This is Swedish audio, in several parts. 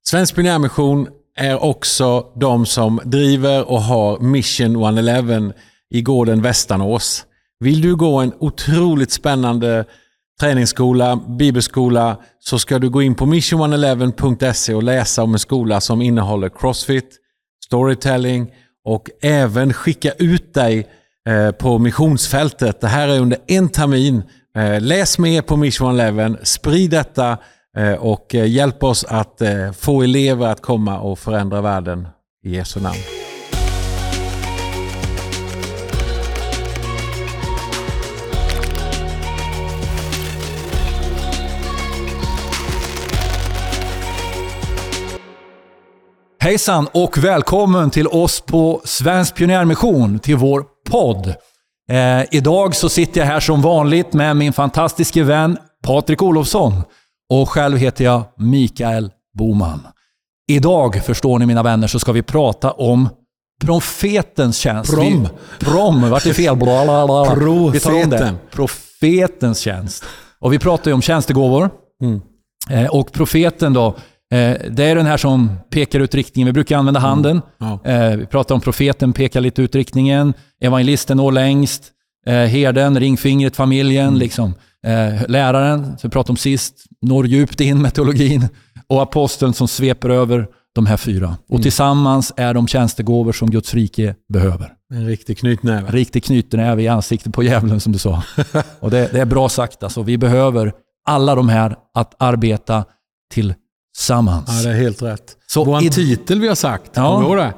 Svensk Pionjärmission är också de som driver och har Mission 111 i gården Västanås. Vill du gå en otroligt spännande träningsskola, bibelskola, så ska du gå in på mission111.se och läsa om en skola som innehåller CrossFit, storytelling och även skicka ut dig på missionsfältet. Det här är under en termin. Läs mer på Mission 111, sprid detta och hjälp oss att få elever att komma och förändra världen i Jesu namn. Hejsan och välkommen till oss på Svensk Pionjärmission, till vår podd. Idag så sitter jag här som vanligt med min fantastiska vän Patrik Olofsson och själv heter jag Mikael Boman. Idag, förstår ni mina vänner, så ska vi prata om profetens tjänst. Vart det fel? Vi tar om det. Profetens tjänst. Och vi pratar ju om tjänstegåvor. Och profeten då, det är den här som pekar ut riktningen. Vi brukar använda handen. Vi pratar om profeten, pekar lite ut riktningen. Evangelisten når längst. Herden, ringfingret, familjen. Liksom. Läraren, som vi pratade om sist, når djupt in med teologin. Och aposteln som sveper över de här fyra. Och tillsammans är de tjänstegåvor som Guds rike behöver. En riktig knytnäve. Riktig knytnäve i ansiktet på djävulen, som du sa. Och det är bra sagt. Alltså, vi behöver alla de här att arbeta tillsammans. Ja, det är helt rätt. Så vår titel vi har sagt, ja,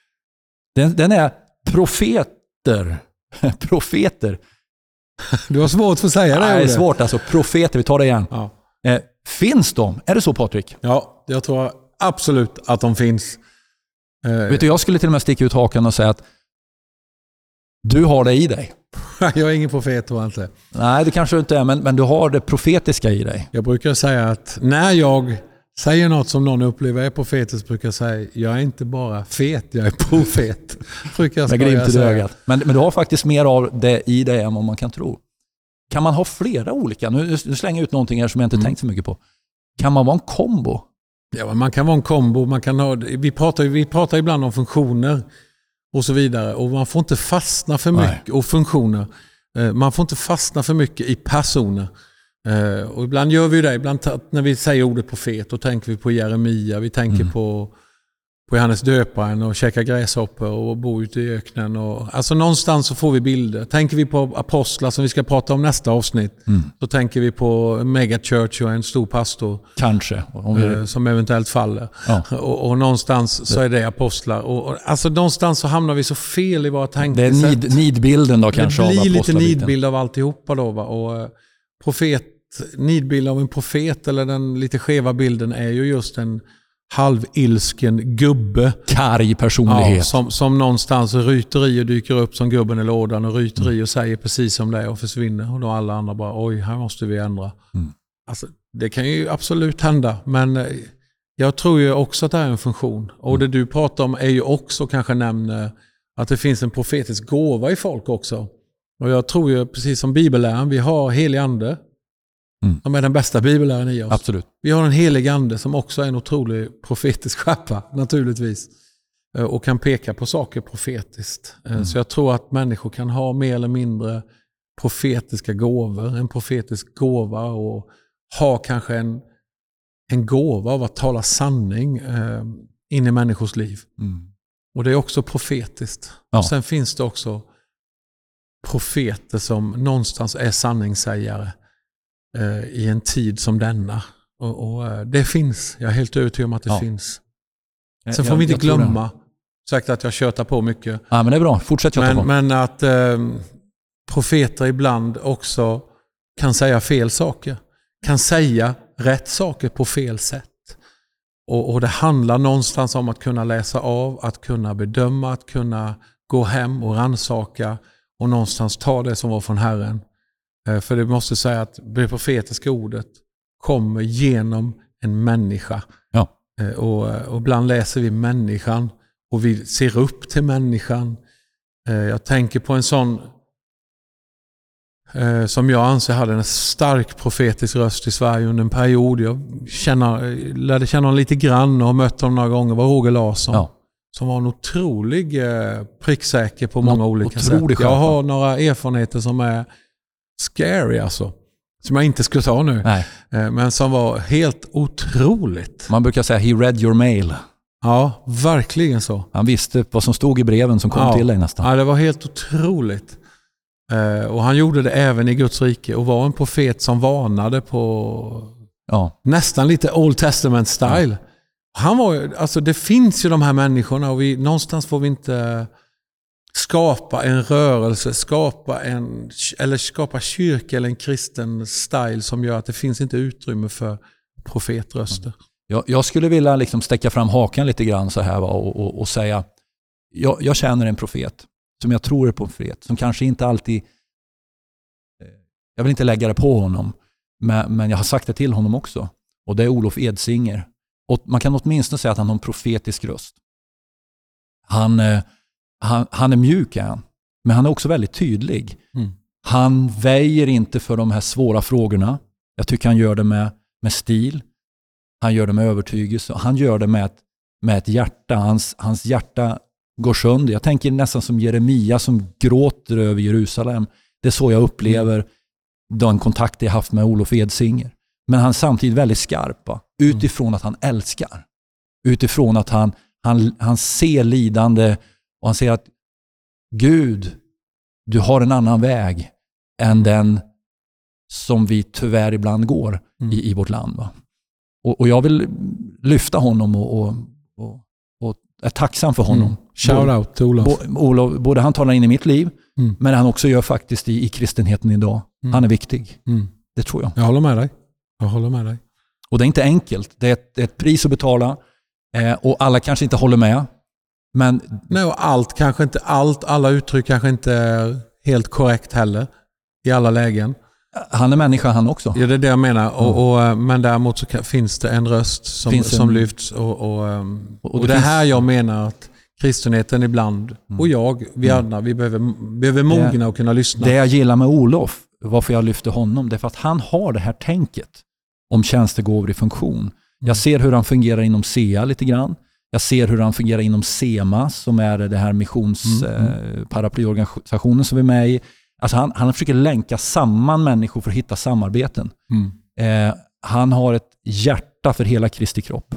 den är profeter. Profeter. Du har svårt för att säga det. Det är svårt alltså. Profeter, vi tar det igen. Ja. Finns de? Är det så, Patrik? Ja, jag tror absolut att de finns. Vet du, jag skulle till och med sticka ut hakan och säga att du har det i dig. Jag är ingen profet, tror jag inte. Nej, det kanske inte är, men du har det profetiska i dig. Jag brukar säga att när jag säger något som någon upplever är profetiskt, brukar jag säga, jag är inte bara fet, jag är profet. Men du har faktiskt mer av det i dig än vad man kan tro. Kan man ha flera olika? Nu slänger jag ut någonting här som jag inte tänkt så mycket på. Kan man vara en kombo? Ja, man kan vara en kombo. Man kan ha, vi pratar ibland om funktioner och så vidare. Och man får inte fastna för mycket och funktioner. Man får inte fastna för mycket i personer. Och ibland gör vi det. Ibland när vi säger ordet profet, då tänker vi på Jeremia. Vi tänker på Johannes döparen och käka gräshoppor och bo ute i öknen. Alltså någonstans så får vi bilder. Tänker vi på apostlar som vi ska prata om nästa avsnitt, så tänker vi på megachurch och en stor pastor. Kanske. Som eventuellt faller. Ja. Och någonstans så är det apostlar. Och alltså någonstans så hamnar vi så fel i våra tankesätt. Det är nidbilden då kanske. Det blir lite nidbild av alltihopa då. Va? Och nidbild av en profet, eller den lite skeva bilden, är ju just en halvilsken gubbe. Karg personlighet. Ja, som någonstans ryter i och dyker upp som gubben i lådan och ryter i och säger precis som det är och försvinner. Och då alla andra bara, oj, här måste vi ändra. Alltså, det kan ju absolut hända, men jag tror ju också att det är en funktion. Och det du pratar om är ju också, kanske nämner, att det finns en profetisk gåva i folk också. Och jag tror ju, precis som bibelläraren, vi har helig ande. De är den bästa bibelläraren i oss. Absolut. Vi har en helig ande som också är en otrolig profetisk skärpa, naturligtvis. Och kan peka på saker profetiskt. Så jag tror att människor kan ha mer eller mindre profetiska gåvor. En profetisk gåva, och ha kanske en gåva av att tala sanning in i människors liv. Och det är också profetiskt. Ja. Och sen finns det också profeter som någonstans är sanningssägare i en tid som denna. Och det finns. Jag är helt övertygad om att det finns. Sen får vi inte glömma, sagt att jag tjötar på mycket. Ja, men det är bra. Fortsätt köta på. Men att profeter ibland också kan säga fel saker. Kan säga rätt saker på fel sätt. Och det handlar någonstans om att kunna läsa av, att kunna bedöma, att kunna gå hem och rannsaka och någonstans ta det som var från Herren. För det måste säga att det profetiska ordet kommer genom en människa. Ja. Och ibland läser vi människan och vi ser upp till människan. Jag tänker på en sån som jag anser hade en stark profetisk röst i Sverige under en period. Jag lärde känna honom lite grann och har mött honom några gånger, var Roger Larsson. Ja. Som var en otrolig pricksäker på många olika sätt. Skärpa. Jag har några erfarenheter som är scary alltså. Som jag inte skulle ta nu. Nej. Men som var helt otroligt. Man brukar säga, he read your mail. Ja, verkligen så. Han visste vad som stod i breven som kom till dig nästan. Ja, det var helt otroligt. Och han gjorde det även i Guds rike och var en profet som varnade på nästan lite Old Testament style. Han var, alltså det finns ju de här människorna och någonstans får vi inte skapa en rörelse, skapa kyrka eller en kristen style som gör att det finns inte utrymme för profetröster. Jag skulle vilja liksom stäcka fram hakan lite grann så här och säga, jag känner en profet som jag tror är profet, som kanske inte alltid, jag vill inte lägga det på honom, men jag har sagt det till honom också, och det är Olof Edsinger. Och man kan åtminstone säga att han har en profetisk röst. Han är mjuk, men han är också väldigt tydlig. Han väjer inte för de här svåra frågorna. Jag tycker han gör det med stil. Han gör det med övertygelse. Han gör det med ett hjärta. Hans hjärta går sönder. Jag tänker nästan som Jeremia som gråter över Jerusalem. Det är så jag upplever den kontakt jag haft med Olof Edsinger. Men han är samtidigt väldigt skarp. Utifrån att han älskar. Utifrån att han ser lidande och han ser att Gud, du har en annan väg än den som vi tyvärr ibland går i vårt land. Va? Och jag vill lyfta honom och är tacksam för honom. Shout out till Olof. Både han talar in i mitt liv, men han också gör faktiskt i kristenheten idag. Han är viktig. Det tror jag. Jag håller med dig. Och det är inte enkelt. Det är ett pris att betala. Och alla kanske inte håller med. Men nej, och alla uttryck kanske inte är helt korrekt heller i alla lägen. Han är människa han också. Ja, det är det jag menar. Men däremot så finns det en röst som lyfts. Och det här jag menar att kristenheten ibland, och vi andra, vi behöver mogna och kunna lyssna. Det jag gillar med Olof, varför jag lyfter honom, det är för att han har det här tänket om tjänstegåvor i funktion. Jag ser hur han fungerar inom SEA lite grann. Jag ser hur han fungerar inom SEMA som är det här missionsparaplyorganisationen som vi är med i. Alltså han försöker länka samman människor för att hitta samarbeten. Han har ett hjärta för hela Kristi kropp.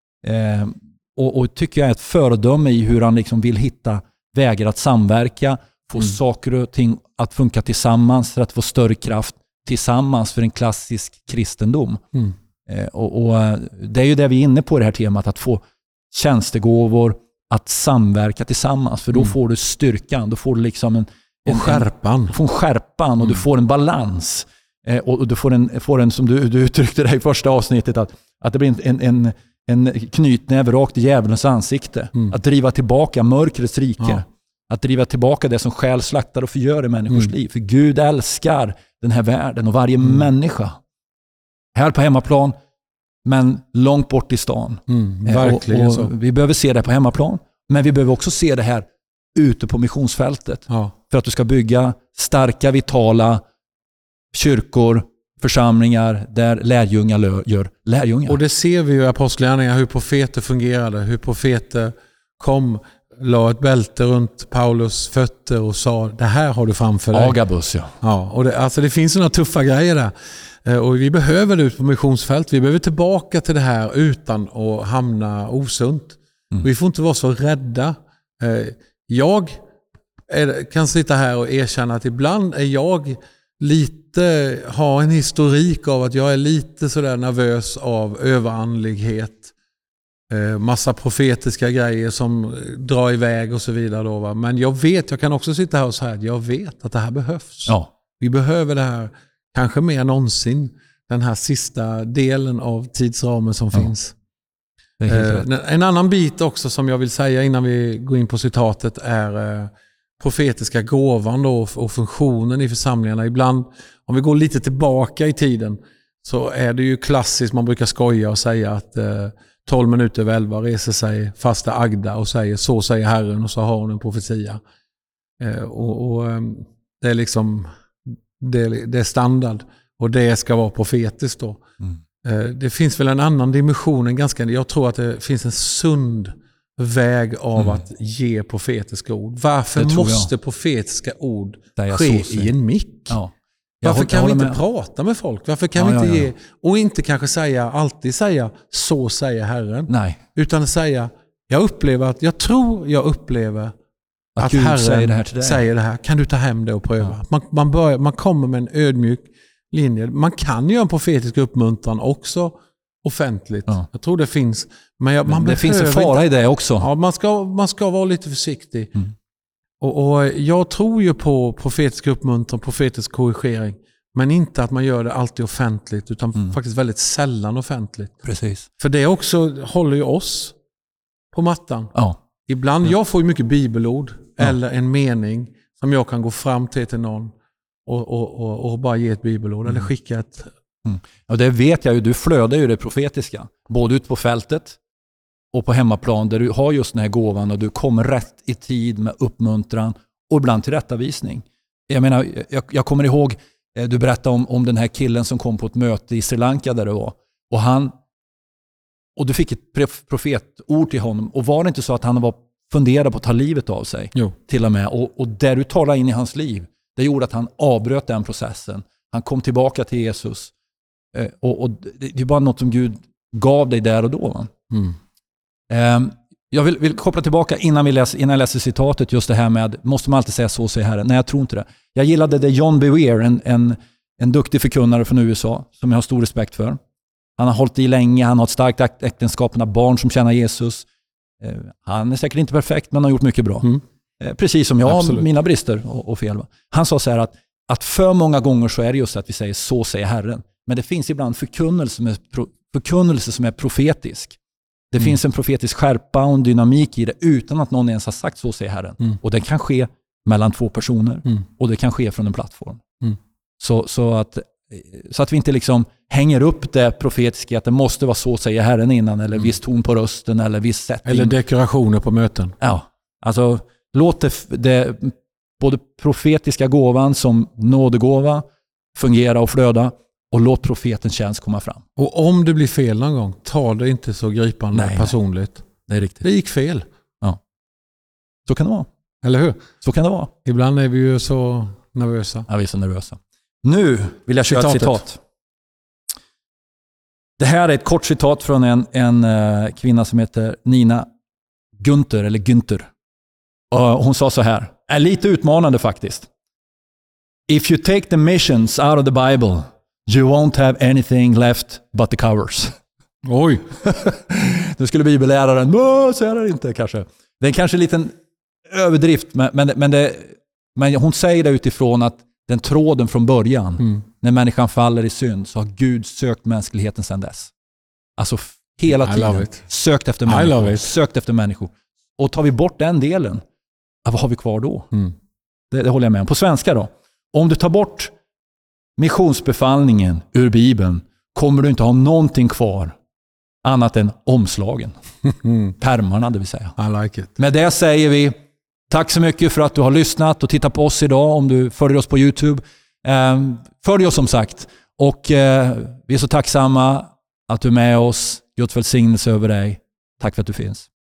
Och tycker jag är ett föredöme i hur han liksom vill hitta vägar att samverka, få saker och ting att funka tillsammans för att få större kraft tillsammans för en klassisk kristendom. Och det är ju det vi är inne på i det här temat, att få tjänstegåvor att samverka tillsammans, för då får du styrkan, då får du liksom en skärpan och du får en balans och du får en som du uttryckte det i första avsnittet, att det blir en knytnäve rakt i djävulens ansikte, att driva tillbaka mörkrets rike, att driva tillbaka det som själ slaktar och förgör i människors liv, för Gud älskar den här världen och varje människa här på hemmaplan, men långt bort i stan. Verkligen så. Vi behöver se det på hemmaplan, men vi behöver också se det här ute på missionsfältet. För att du ska bygga starka, vitala kyrkor, församlingar där lärjungar gör lärjungar. Och det ser vi ju i Apostlagärningarna, hur profeter fungerade, hur profeter la ett bälte runt Paulus fötter och sa, det här har du framför dig. Agabus, och det finns några tuffa grejer där. Och vi behöver det ut på missionsfält. Vi behöver tillbaka till det här utan att hamna osunt. Vi får inte vara så rädda. Jag kan sitta här och erkänna att ibland är jag har en historik av att jag är lite sådär nervös av överandlighet. Massa profetiska grejer som drar iväg och så vidare. Då, va? Men jag kan också sitta här och säga att jag vet att det här behövs. Vi behöver det här kanske mer någonsin. Den här sista delen av tidsramen som finns. En annan bit också som jag vill säga innan vi går in på citatet är profetiska gåvan då, och funktionen i församlingarna. Ibland, om vi går lite tillbaka i tiden, så är det ju klassiskt, man brukar skoja och säga att 12 minuter över 11 reser sig fasta Agda och säger, så säger Herren, och så har hon en profetia. Det är liksom det är standard. Och det ska vara profetiskt då. Det finns väl en annan dimension. Jag tror att det finns en sund väg av att ge profetiska ord. Varför måste profetiska ord ske i en mick? Ja. Varför kan vi inte prata med folk? Varför kan vi inte ge, och inte kanske alltid säga så säger Herren. Nej. Utan säga, jag upplever att Herren säger det här. Kan du ta hem det och pröva? Ja. Man kommer med en ödmjuk linje. Man kan göra en profetisk uppmuntran också offentligt. Ja. Jag tror det finns. Men det finns en fara i det också. Ja, man ska vara lite försiktig. Och jag tror ju på profetisk uppmuntran, profetisk korrigering. Men inte att man gör det alltid offentligt, utan faktiskt väldigt sällan offentligt. Precis. För det också håller ju oss på mattan. Ja. Ibland, jag får ju mycket bibelord eller en mening som jag kan gå fram till någon och bara ge ett bibelord eller skicka ett. Och det vet jag ju, du flödar ju det profetiska. Både ut på fältet och på hemmaplan där du har just den här gåvan och du kommer rätt i tid med uppmuntran och ibland tillrättavisning. Jag menar, jag kommer ihåg, du berättade om den här killen som kom på ett möte i Sri Lanka där det var. Och du fick ett profetord till honom. Och var det inte så att han funderade på att ta livet av sig? Jo. Till och med. Och där du talade in i hans liv, det gjorde att han avbröt den processen. Han kom tillbaka till Jesus. Och det är bara något som Gud gav dig där och då. Jag vill koppla tillbaka innan jag läser citatet, just det här med, måste man alltid säga så, säger Herren? Nej, jag tror inte det. Jag gillade det John Bevere, en duktig förkunnare från USA som jag har stor respekt för. Han har hållit i länge, han har ett starkt äktenskap, han har barn som känner Jesus. Han är säkert inte perfekt, men han har gjort mycket bra. Precis som jag har mina brister och fel. Han sa så här att för många gånger så är det just att vi säger så säger Herren. Men det finns ibland förkunnelse som är profetisk. Det finns en profetisk skärpa och en dynamik i det utan att någon ens har sagt så säger Herren. Och det kan ske mellan två personer och det kan ske från en plattform. Så att vi inte liksom hänger upp det profetiska att det måste vara så säger Herren innan, eller viss ton på rösten eller viss setting. Eller dekorationer på möten. Ja, alltså låt det både profetiska gåvan som nådegåva fungera och flöda, och låt profetens tjänst komma fram. Och om det blir fel någon gång, ta det inte så gripande personligt. Det är riktigt. Det gick fel. Ja. Så kan det vara. Eller hur? Så kan det vara. Ibland är vi ju så nervösa. Ja, vi är så nervösa. Nu vill jag köra ett citat. Det här är ett kort citat från en kvinna som heter Nina Günther. Och hon sa så här, är lite utmanande faktiskt. If you take the missions out of the Bible, you won't have anything left but the covers. Oj! Nu skulle bibelläraren, så är det inte kanske. Det är kanske en liten överdrift, men hon säger det utifrån att den tråden från början, när människan faller i synd, så har Gud sökt mänskligheten sedan dess. Alltså hela tiden sökt efter människor. Och tar vi bort den delen, vad har vi kvar då? Det håller jag med om. På svenska då. Om du tar bort missionsbefallningen ur Bibeln, kommer du inte ha någonting kvar annat än omslagen. Pärmarna, det vill säga. I like it. Med det säger vi tack så mycket för att du har lyssnat och tittat på oss idag. Om du följer oss på YouTube, följ oss som sagt. Och vi är så tacksamma att du är med oss. Guds välsignelse över dig. Tack för att du finns.